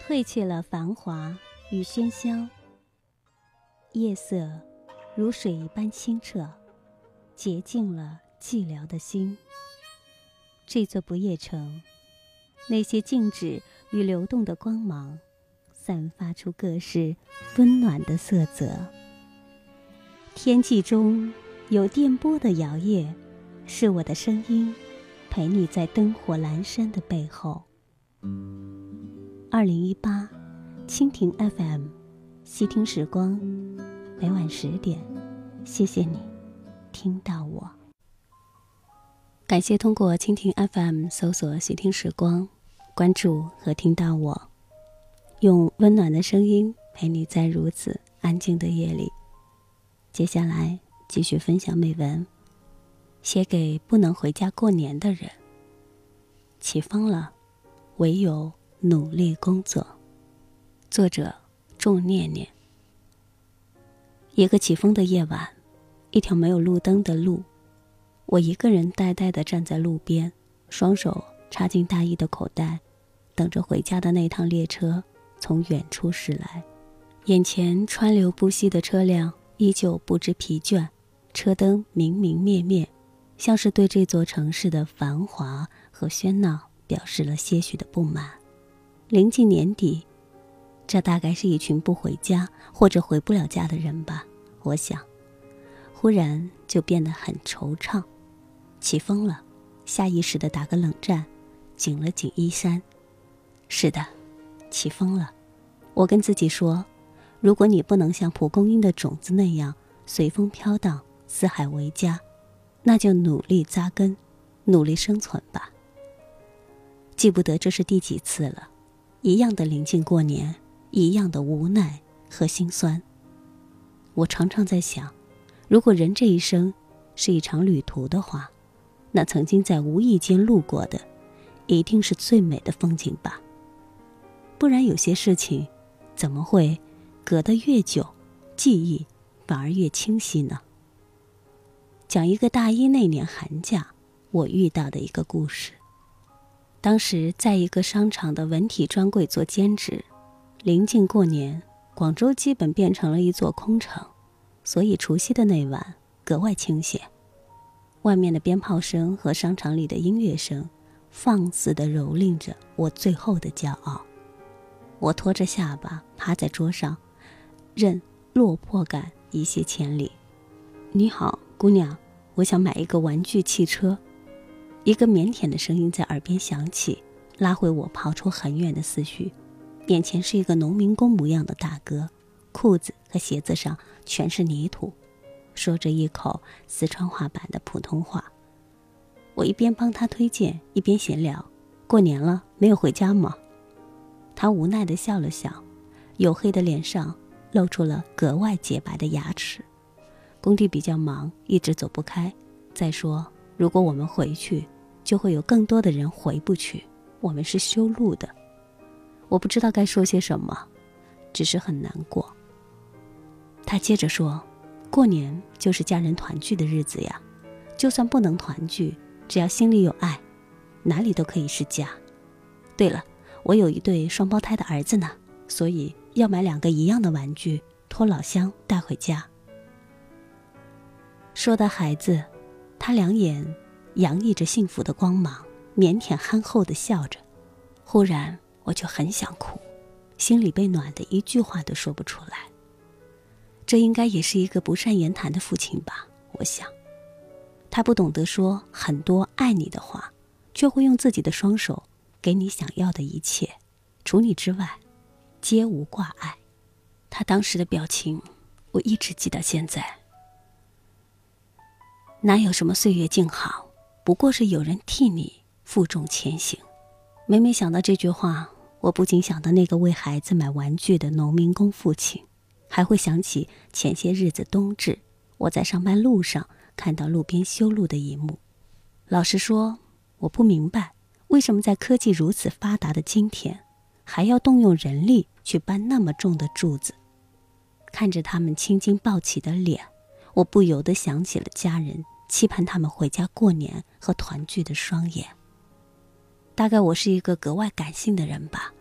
褪去了繁华与喧嚣，夜色如水一般清澈，洁净了寂寥的心。这座不夜城，那些静止与流动的光芒，散发出各式温暖的色泽。天际中有电波的摇曳，是我的声音，陪你在灯火阑珊的背后。2018蜻蜓 FM 细听时光，每晚10点，谢谢你听到我。感谢通过蜻蜓 FM 搜索细听时光，关注和听到我，用温暖的声音陪你在如此安静的夜里。接下来继续分享美文，写给不能回家过年的人。起风了，唯有努力工作。作者仲念念。一个起风的夜晚，一条没有路灯的路，我一个人呆呆地站在路边，双手插进大衣的口袋，等着回家的那趟列车从远处驶来。眼前川流不息的车辆依旧不知疲倦，车灯明明灭灭，像是对这座城市的繁华和喧闹表示了些许的不满。临近年底，这大概是一群不回家或者回不了家的人吧，我想。忽然就变得很惆怅。起风了，下意识地打个冷战，紧了紧衣衫。是的，起风了。我跟自己说，如果你不能像蒲公英的种子那样随风飘荡，四海为家，那就努力扎根，努力生存吧。记不得这是第几次了，一样的临近过年，一样的无奈和心酸。我常常在想，如果人这一生是一场旅途的话，那曾经在无意间路过的，一定是最美的风景吧。不然有些事情，怎么会隔得越久，记忆反而越清晰呢？讲一个大一那年寒假，我遇到的一个故事。当时在一个商场的文体专柜做兼职，临近过年，广州基本变成了一座空城，所以除夕的那晚格外清闲。外面的鞭炮声和商场里的音乐声，放肆地蹂躏着我最后的骄傲。我拖着下巴趴在桌上，任落魄感一泻千里。你好，姑娘，我想买一个玩具汽车。一个腼腆的声音在耳边响起，拉回我跑出很远的思绪。眼前是一个农民工模样的大哥，裤子和鞋子上全是泥土，说着一口四川话版的普通话。我一边帮他推荐，一边闲聊，过年了，没有回家吗？他无奈地笑了笑，黝黑的脸上露出了格外洁白的牙齿。工地比较忙，一直走不开。再说，如果我们回去，就会有更多的人回不去，我们是修路的。我不知道该说些什么，只是很难过。他接着说，过年就是家人团聚的日子呀，就算不能团聚，只要心里有爱，哪里都可以是家。对了，我有一对双胞胎的儿子呢，所以要买2个一样的玩具，托老乡带回家。说到孩子，他两眼洋溢着幸福的光芒，腼腆憨厚地笑着。忽然我就很想哭，心里被暖得一句话都说不出来。这应该也是一个不善言谈的父亲吧，我想。他不懂得说很多爱你的话，却会用自己的双手给你想要的一切，除你之外皆无挂碍。他当时的表情我一直记到现在。哪有什么岁月静好，不过是有人替你负重前行。每每想到这句话，我不禁想到那个为孩子买玩具的农民工父亲，还会想起前些日子冬至，我在上班路上看到路边修路的一幕。老实说，我不明白为什么在科技如此发达的今天，还要动用人力去搬那么重的柱子。看着他们青筋暴起的脸，我不由得想起了家人期盼他们回家过年和团聚的双眼。大概我是一个格外感性的人吧，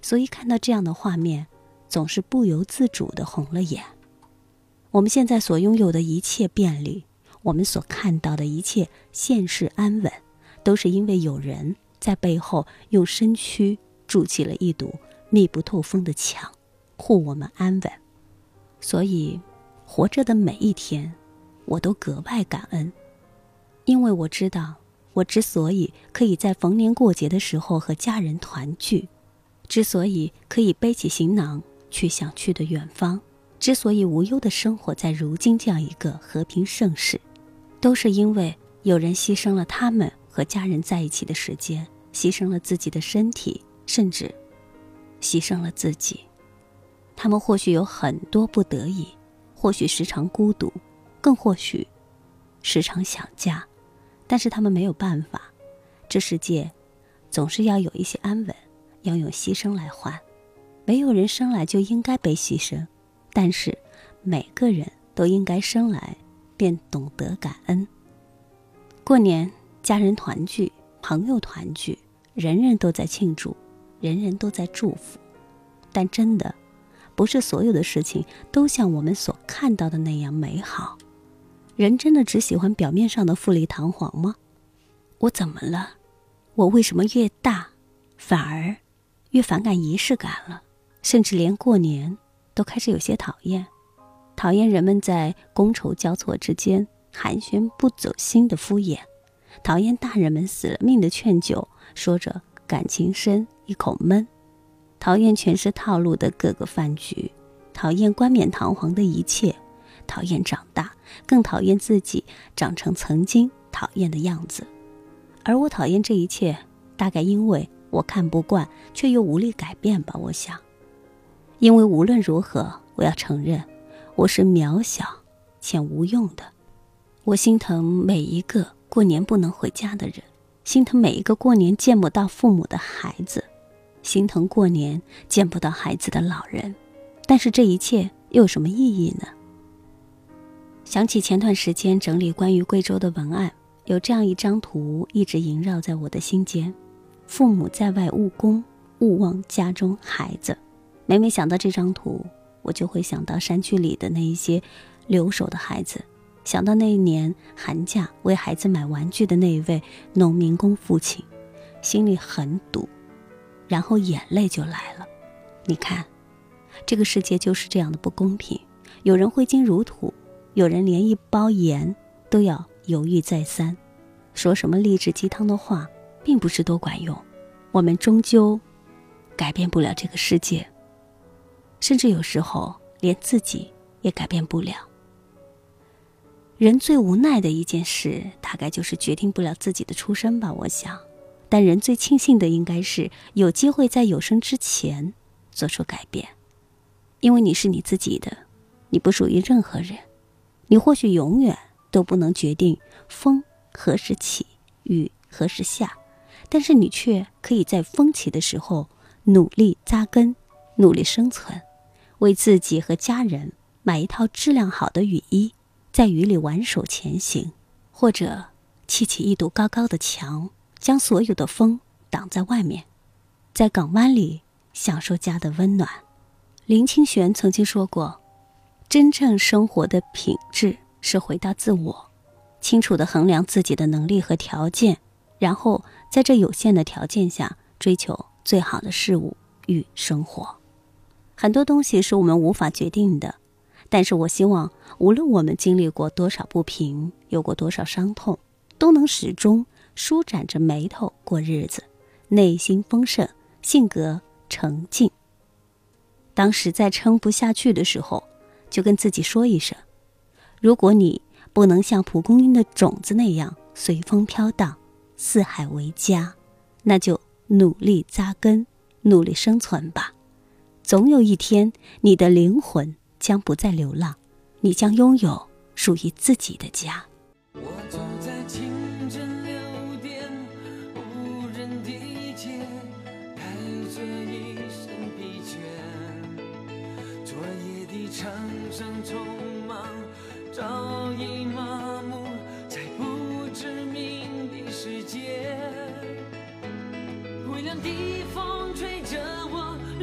所以看到这样的画面，总是不由自主地红了眼。我们现在所拥有的一切便利，我们所看到的一切现世安稳，都是因为有人在背后用身躯筑起了一堵密不透风的墙，护我们安稳。所以活着的每一天，我都格外感恩，因为我知道，我之所以可以在逢年过节的时候和家人团聚，之所以可以背起行囊去想去的远方，之所以无忧地生活在如今这样一个和平盛世，都是因为有人牺牲了他们和家人在一起的时间，牺牲了自己的身体，甚至牺牲了自己。他们或许有很多不得已，或许时常孤独，更或许时常想家，但是他们没有办法。这世界总是要有一些安稳，要用牺牲来换。没有人生来就应该被牺牲，但是每个人都应该生来便懂得感恩。过年，家人团聚，朋友团聚，人人都在庆祝，人人都在祝福。但真的不是所有的事情都像我们所看到的那样美好。人真的只喜欢表面上的富丽堂皇吗？我怎么了？我为什么越大反而越反感仪式感了？甚至连过年都开始有些讨厌人们在觥筹交错之间寒暄不走心的敷衍，讨厌大人们死了命的劝酒，说着感情深一口闷，讨厌全是套路的各个饭局，讨厌冠冕堂皇的一切，讨厌长大，更讨厌自己长成曾经讨厌的样子。而我讨厌这一切，大概因为我看不惯却又无力改变吧，我想。因为无论如何，我要承认我是渺小且无用的。我心疼每一个过年不能回家的人，心疼每一个过年见不到父母的孩子，心疼过年见不到孩子的老人。但是这一切又有什么意义呢？想起前段时间整理关于贵州的文案，有这样一张图一直萦绕在我的心间：父母在外务工，勿忘家中孩子。每每想到这张图，我就会想到山区里的那一些留守的孩子，想到那一年寒假为孩子买玩具的那一位农民工父亲，心里很堵，然后眼泪就来了。你看，这个世界就是这样的不公平，有人挥金如土，有人连一包盐都要犹豫再三。说什么励志鸡汤的话并不是多管用，我们终究改变不了这个世界，甚至有时候连自己也改变不了。人最无奈的一件事，大概就是决定不了自己的出身吧，我想。但人最庆幸的应该是有机会在有生之前做出改变，因为你是你自己的，你不属于任何人。你或许永远都不能决定风何时起，雨何时下，但是你却可以在风起的时候努力扎根，努力生存，为自己和家人买一套质量好的雨衣，在雨里挽手前行，或者砌起一堵高高的墙，将所有的风挡在外面，在港湾里享受家的温暖。林清玄曾经说过，真正生活的品质是回到自我，清楚地衡量自己的能力和条件，然后在这有限的条件下追求最好的事物与生活。很多东西是我们无法决定的，但是我希望无论我们经历过多少不平，有过多少伤痛，都能始终舒展着眉头过日子，内心丰盛，性格澄净。当实在撑不下去的时候，就跟自己说一声，如果你不能像蒲公英的种子那样随风飘荡，四海为家，那就努力扎根，努力生存吧。总有一天，你的灵魂将不再流浪，你将拥有属于自己的家。 我走在清晨6点无人的街，带着一身疲倦，昨夜的场上匆忙早已麻木在不知名的世界，微凉的风吹着我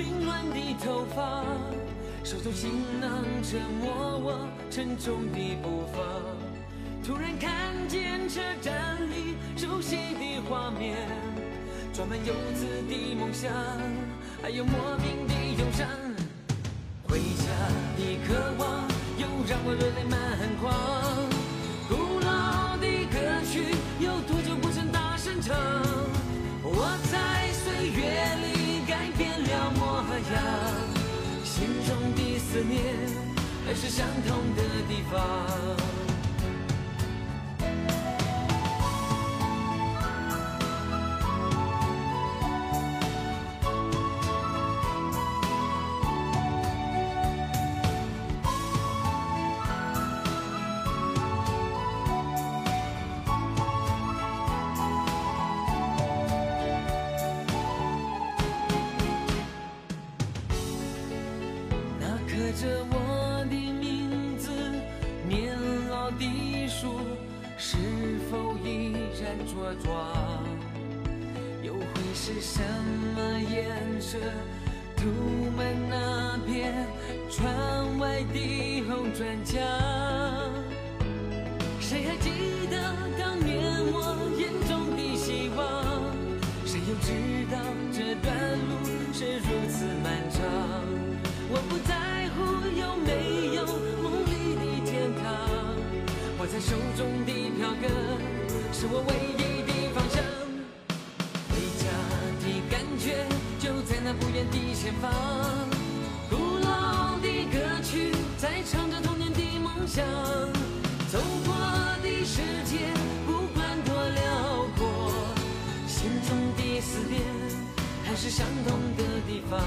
头发，手中行囊折磨我沉重的步伐。突然看见车站里熟悉的画面，装满游子的梦想，还有莫名的忧伤。回家的渴望又让我热泪满眶，古老的歌曲有多久不曾大声唱？我在岁月里改变了模样，心中的思念还是相同的地方。刻着我的名字，年老的树是否依然茁壮？又会是什么颜色涂满那片窗外的红砖墙？谁还记得当年我眼中的希望？谁又知道这段路是如此漫长？我不在乎有没有梦里的天堂，握在手中的票根是我唯一的方向。回家的感觉就在那不远的前方，古老的歌曲在唱着童年的梦想。走过的世界不管多辽阔，心中的思念还是相同的地方。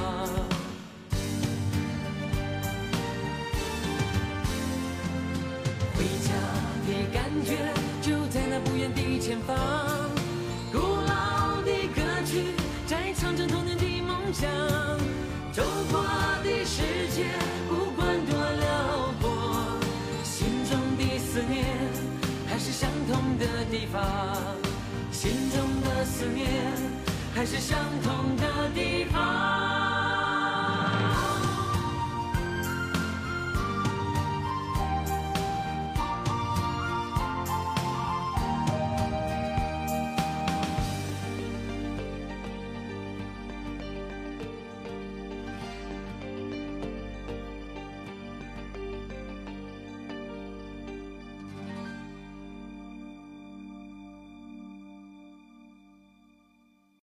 回家的感觉就在那不远的前方，古老的歌曲在唱着童年的梦想。走过的世界不管多辽阔，心中的思念还是相同的地方，心中的思念还是相同的